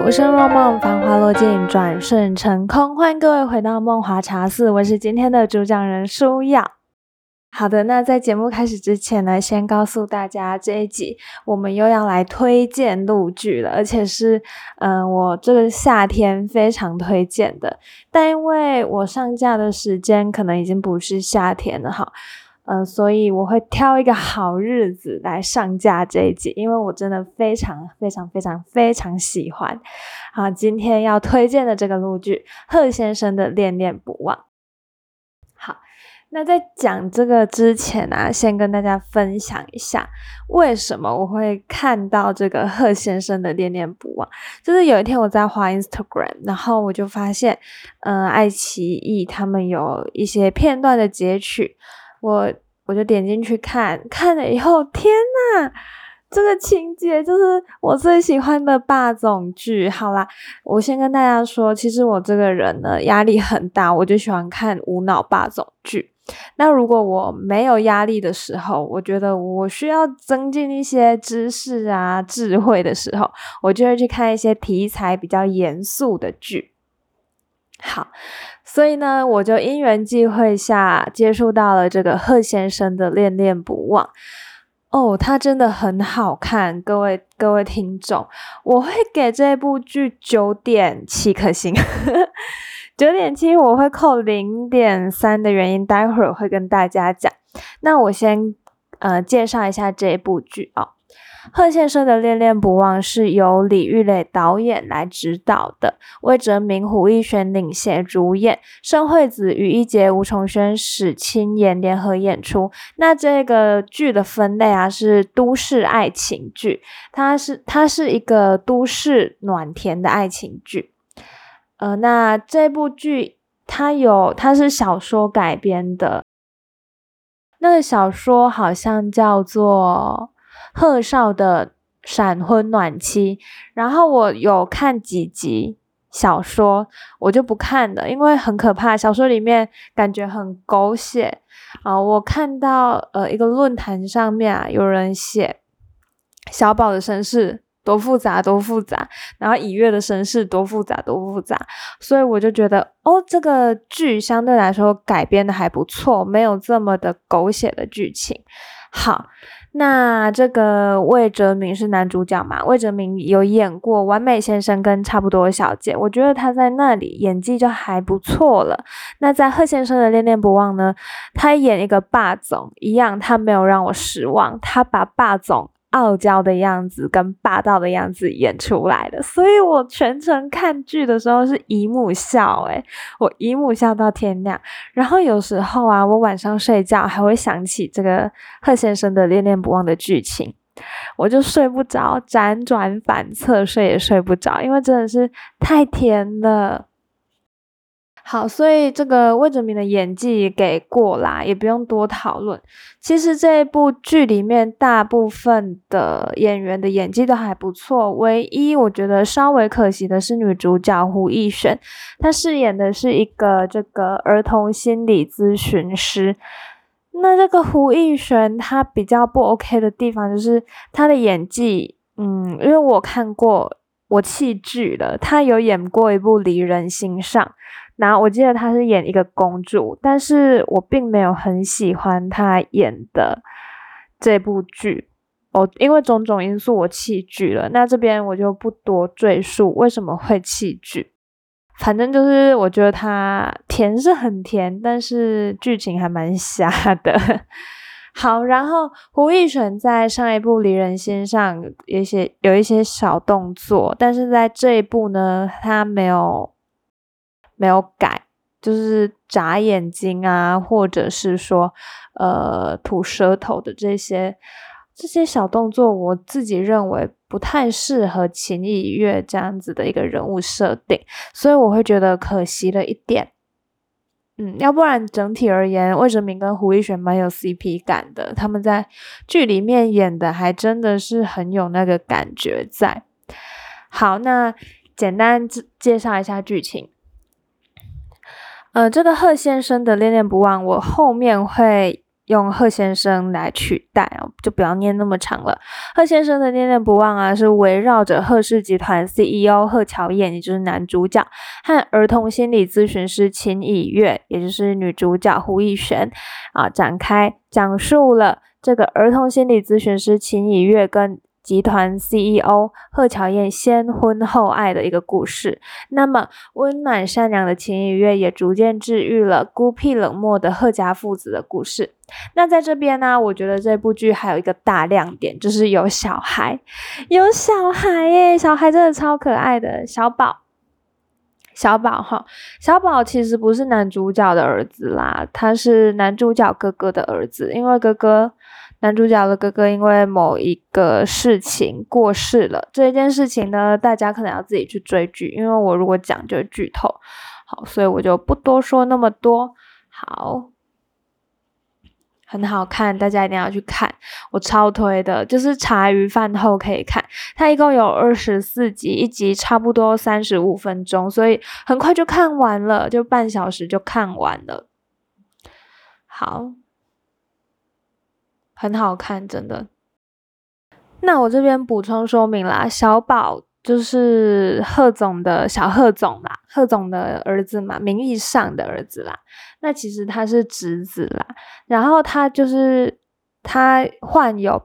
浮生若梦，繁华落尽，转瞬成空。欢迎各位回到梦华茶室，我是今天的主讲人舒雅。好的，那在节目开始之前呢，先告诉大家这一集我们又要来推荐陆剧了，而且是我这个夏天非常推荐的，但因为我上架的时间可能已经不是夏天了哈。所以我会挑一个好日子来上架这一集，因为我真的非常喜欢。好，今天要推荐的这个陆剧，贺先生的恋恋不忘。好，那在讲这个之前啊，先跟大家分享一下为什么我会看到这个贺先生的恋恋不忘。就是有一天我在滑 Instagram， 然后我就发现爱奇艺他们有一些片段的截取，我就点进去看了以后，天哪，这个情节就是我最喜欢的霸总剧。好啦，我先跟大家说，其实我这个人呢压力很大，我就喜欢看无脑霸总剧。那如果我没有压力的时候，我觉得我需要增进一些知识啊智慧的时候，我就会去看一些题材比较严肃的剧。好，所以呢，我就因缘际会下接触到了这个贺先生的恋恋不忘。哦，它真的很好看，各位听众，我会给这部剧9.7颗星。9.7我会扣0.3的原因，待会儿会跟大家讲。那我先介绍一下这部剧哦。贺先生的恋恋不忘是由李玉磊导演来指导的，魏哲鸣、胡一璇领衔主演，盛惠子、于一杰、吴重轩、史清妍联合演出。那这个剧的分类啊是都市爱情剧，它是一个都市暖甜的爱情剧。那这部剧它是小说改编的，那个小说好像叫做贺少的闪婚暖期，然后我有看几集小说，我就不看了，因为很可怕，小说里面感觉很狗血我看到一个论坛上面啊，有人写小宝的身世多复杂，然后以月的身世多复杂，所以我就觉得这个剧相对来说改编的还不错，没有这么的狗血的剧情。好，那这个魏哲鸣是男主角嘛，魏哲鸣有演过《完美先生》跟《差不多小姐》，我觉得他在那里演技就还不错了。那在贺先生的恋恋不忘呢，他演一个霸总一样，他没有让我失望，他把霸总傲娇的样子跟霸道的样子演出来的，所以我全程看剧的时候是姨母笑我姨母笑到天亮。然后有时候啊，我晚上睡觉还会想起这个贺先生的恋恋不忘的剧情，我就睡不着，辗转反侧睡也睡不着，因为真的是太甜了。好，所以这个魏哲鸣的演技给过啦，也不用多讨论。其实这一部剧里面大部分的演员的演技都还不错，唯一我觉得稍微可惜的是女主角胡一璇，她饰演的是一个这个儿童心理咨询师。那这个胡一璇她比较不 OK 的地方就是她的演技，因为我看过我弃剧了，她有演过一部《离人心上》。然后我记得她是演一个公主，但是我并没有很喜欢她演的这部剧因为种种因素我弃剧了。那这边我就不多赘述为什么会弃剧，反正就是我觉得她甜是很甜，但是剧情还蛮瞎的。好，然后胡一璇在上一部《离人心上》有一些小动作，但是在这一部呢，她没有改，就是眨眼睛啊，或者是说吐舌头的这些小动作，我自己认为不太适合秦以月这样子的一个人物设定，所以我会觉得可惜了一点。要不然整体而言，魏哲鸣跟胡一璇蛮有 CP 感的，他们在剧里面演的还真的是很有那个感觉在。好，那简单介绍一下剧情。这个贺先生的恋恋不忘，我后面会用贺先生来取代哦，就不要念那么长了。贺先生的念念不忘啊，是围绕着贺氏集团 CEO 贺乔燕，也就是男主角，和儿童心理咨询师秦以月，也就是女主角胡亦璇啊，展开讲述了这个儿童心理咨询师秦以月跟集团 CEO 贺乔燕先婚后爱的一个故事。那么温暖善良的秦以月也逐渐治愈了孤僻冷漠的贺家父子的故事。那在这边呢，我觉得这部剧还有一个大亮点，就是有小孩耶，小孩真的超可爱的。小宝其实不是男主角的儿子啦，他是男主角哥哥的儿子，因为男主角的哥哥因为某一个事情过世了。这一件事情呢，大家可能要自己去追剧，因为我如果讲就会剧透。好，所以我就不多说那么多。好，很好看，大家一定要去看，我超推的，就是茶余饭后可以看。它一共有24集，一集差不多35分钟，所以很快就看完了，就半小时就看完了。好，很好看，真的。那我这边补充说明啦，小宝就是小贺总啦，贺总的儿子嘛，名义上的儿子啦。那其实他是侄子啦，然后他患有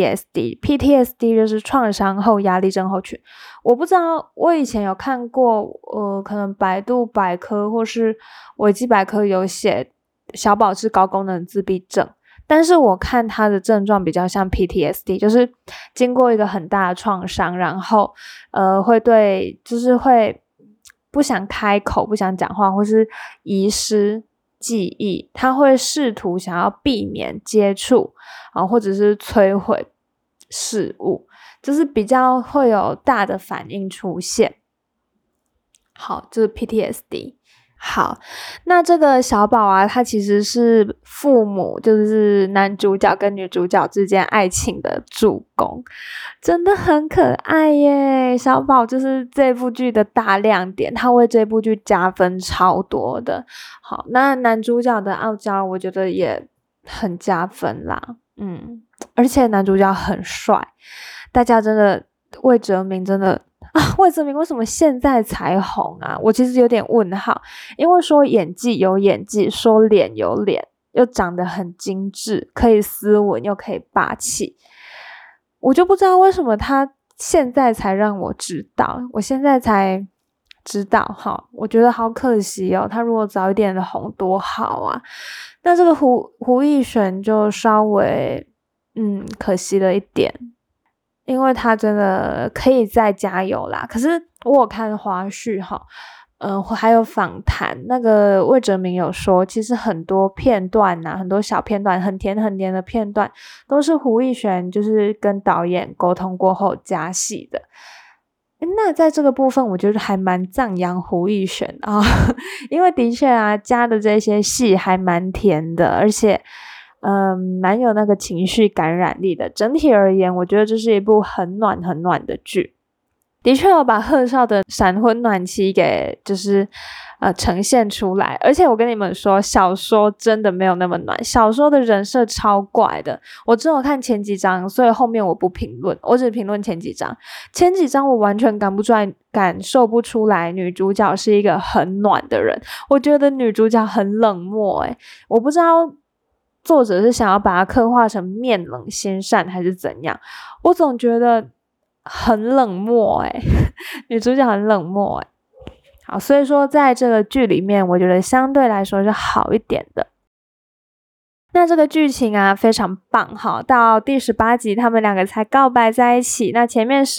PTSD 就是创伤后压力症候群。我不知道，我以前有看过，可能百度百科或是维基百科有写小宝是高功能自闭症。但是我看他的症状比较像 PTSD， 就是经过一个很大的创伤，然后就是会不想开口，不想讲话，或是遗失记忆，他会试图想要避免接触或者是摧毁事物，就是比较会有大的反应出现。好，就是 PTSD。好，那这个小宝啊，他其实是父母，就是男主角跟女主角之间爱情的助攻，真的很可爱耶。小宝就是这部剧的大亮点，他为这部剧加分超多的。好，那男主角的傲娇，我觉得也很加分啦。而且男主角很帅，大家真的魏哲鸣真的。魏哲鸣为什么现在才红啊？我其实有点问号，因为说演技有演技，说脸有脸，又长得很精致，可以斯文又可以霸气，我就不知道为什么他现在才让我知道，我现在才知道哈，我觉得好可惜哦，他如果早一点红多好啊。那这个胡亦璇就稍微可惜了一点。因为他真的可以再加油啦，可是我有看花絮哈，还有访谈，那个魏哲鸣有说，其实很多片段啊，很多小片段，很甜的片段，都是胡亦璇就是跟导演沟通过后加戏的。那在这个部分，我觉得还蛮赞扬胡亦璇啊，因为的确啊，加的这些戏还蛮甜的，而且。蛮有那个情绪感染力的。整体而言，我觉得这是一部很暖的剧。的确有把贺少的闪婚暖期给呈现出来，而且我跟你们说，小说真的没有那么暖，小说的人设超怪的。我只有看前几章，所以后面我不评论，我只评论前几章。前几章我完全感受不出来女主角是一个很暖的人，我觉得女主角很冷漠我不知道作者是想要把它刻画成面冷心善还是怎样，我总觉得很冷漠女主角很冷漠好，所以说在这个剧里面，我觉得相对来说是好一点的。那这个剧情啊非常棒哈，到第18集他们两个才告白在一起。那前面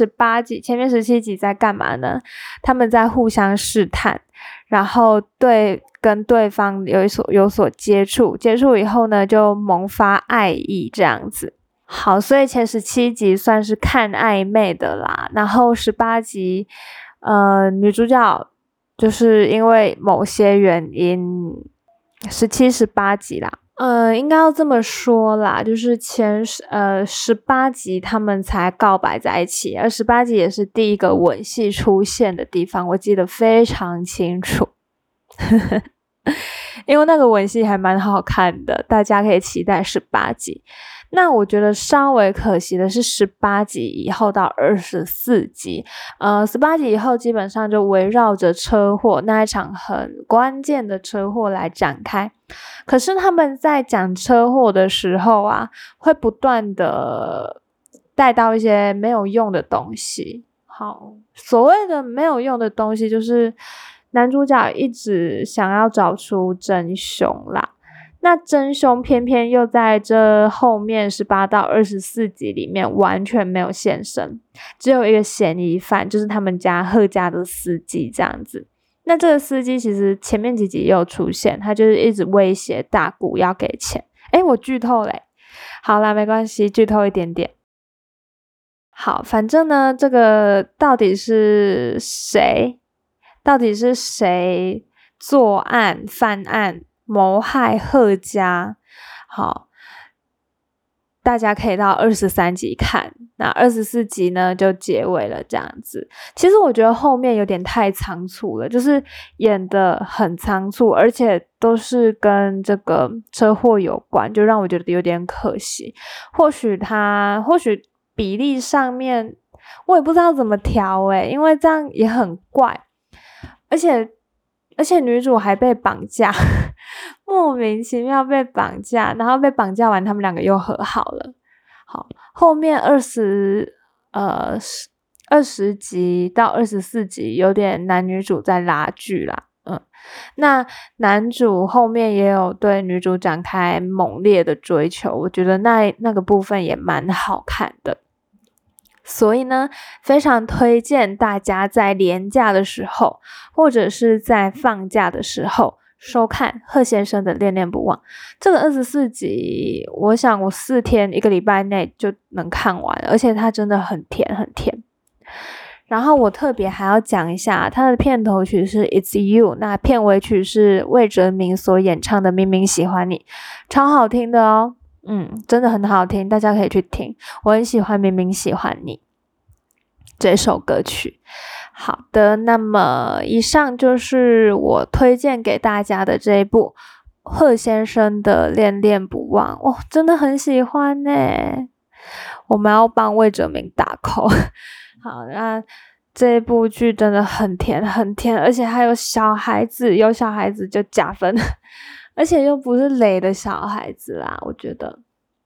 17集在干嘛呢？他们在互相试探，然后跟对方有所接触以后呢，就萌发爱意这样子。好，所以前17集算是看暧昧的啦，然后18集女主角就是因为某些原因17、18集啦，应该要这么说啦，就是18集他们才告白在一起，而18集也是第一个吻戏出现的地方，我记得非常清楚。 因为那个吻戏还蛮好看的，大家可以期待18集。那我觉得稍微可惜的是18集以后到24集，18集以后基本上就围绕着车祸那一场很关键的车祸来展开。可是他们在讲车祸的时候啊，会不断的带到一些没有用的东西。好，所谓的没有用的东西，就是男主角一直想要找出真凶啦。那真凶偏偏又在这后面18到24集里面完全没有现身，只有一个嫌疑犯，就是他们家贺家的司机这样子。那这个司机其实前面几集也有出现，他就是一直威胁大姑要给钱。我剧透嘞，好啦，没关系，剧透一点点。好，反正呢，这个到底是谁作案犯案谋害贺家？好，大家可以到23集看，那24集呢就结尾了这样子。其实我觉得后面有点太仓促了，就是演得很仓促，而且都是跟这个车祸有关，就让我觉得有点可惜。或许比例上面我也不知道怎么调因为这样也很怪，而且女主还被绑架莫名其妙被绑架，然后被绑架完他们两个又和好了。好，后面20集到24集有点男女主在拉锯啦。那男主后面也有对女主展开猛烈的追求，我觉得那个部分也蛮好看的。所以呢，非常推荐大家在连假的时候，或者是在放假的时候收看贺先生的《恋恋不忘》。这个24集，我想我4天1个礼拜内就能看完，而且它真的很甜很甜。然后我特别还要讲一下，它的片头曲是 It's You， 那片尾曲是魏哲鸣所演唱的《明明喜欢你》，超好听的哦。真的很好听，大家可以去听。我很喜欢《明明喜欢你》这首歌曲。好的，那么以上就是我推荐给大家的这一部贺先生的《恋恋不忘》。真的很喜欢耶，我们要帮魏哲鸣打 call。好，那这一部剧真的很甜很甜，而且还有小孩子，有小孩子就加分。而且又不是雷的小孩子啦，我觉得。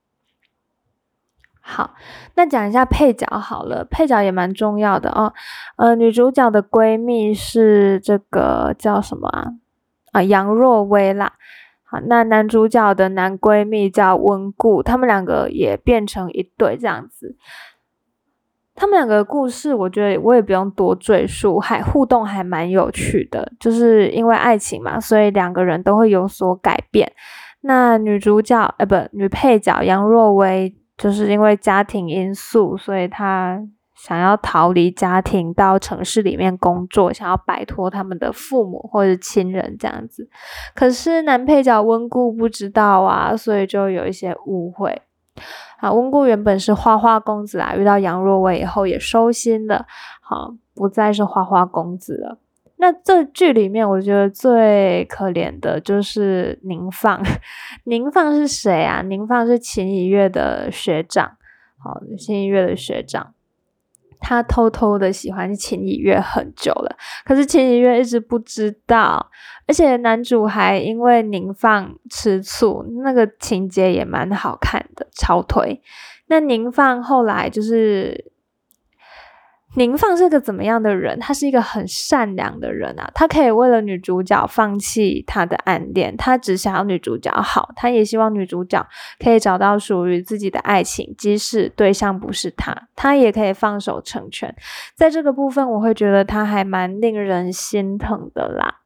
好，那讲一下配角好了，配角也蛮重要的哦。女主角的闺蜜是这个叫什么杨若薇啦。好，那男主角的男闺蜜叫温故，他们两个也变成一对这样子。他们两个的故事，我觉得我也不用多赘述，互动还蛮有趣的，就是因为爱情嘛，所以两个人都会有所改变。那女配角杨若薇，就是因为家庭因素，所以她想要逃离家庭，到城市里面工作，想要摆脱他们的父母或者亲人这样子。可是男配角温故不知道啊，所以就有一些误会。温故原本是花花公子遇到杨若薇以后也收心了，不再是花花公子了。那这剧里面我觉得最可怜的就是宁放。宁放是谁啊？宁放是秦以月的学长。秦以月的学长，他偷偷的喜欢秦以月很久了，可是秦以月一直不知道，而且男主还因为宁放吃醋，那个情节也蛮好看的，超推。那宁放后来就是宁放是个怎么样的人？他是一个很善良的人啊，他可以为了女主角放弃他的暗恋，他只想要女主角好，他也希望女主角可以找到属于自己的爱情，即使对象不是他，他也可以放手成全。在这个部分我会觉得他还蛮令人心疼的啦。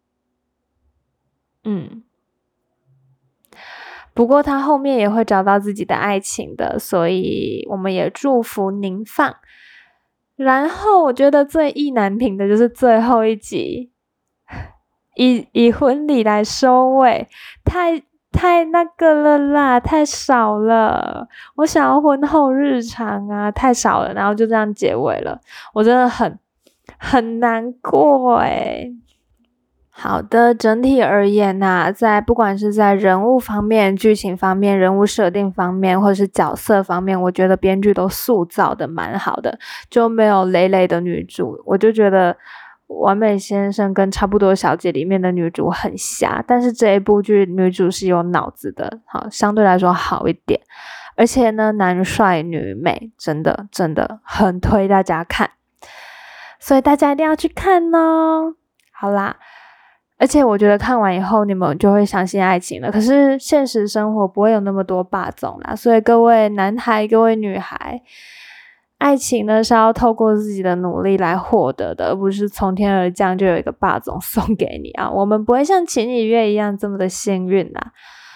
不过他后面也会找到自己的爱情的，所以我们也祝福宁放。然后我觉得最意难平的就是最后一集，以婚礼来收尾，太那个了啦，太少了。我想要婚后日常啊，太少了，然后就这样结尾了，我真的很难过好的，整体而言啊，不管是在人物方面、剧情方面、人物设定方面，或者是角色方面，我觉得编剧都塑造的蛮好的，就没有累累的女主。我就觉得完美先生跟差不多小姐里面的女主很瞎，但是这一部剧女主是有脑子的，好，相对来说好一点。而且呢，男帅女美，真的很推大家看，所以大家一定要去看哦。好啦。而且我觉得看完以后你们就会相信爱情了，可是现实生活不会有那么多霸总啦，所以各位男孩各位女孩，爱情呢是要透过自己的努力来获得的，而不是从天而降就有一个霸总送给你啊，我们不会像情侣月一样这么的幸运啦。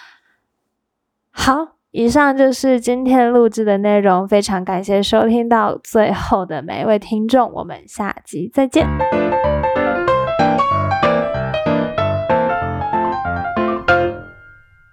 好，以上就是今天录制的内容，非常感谢收听到最后的每一位听众，我们下集再见。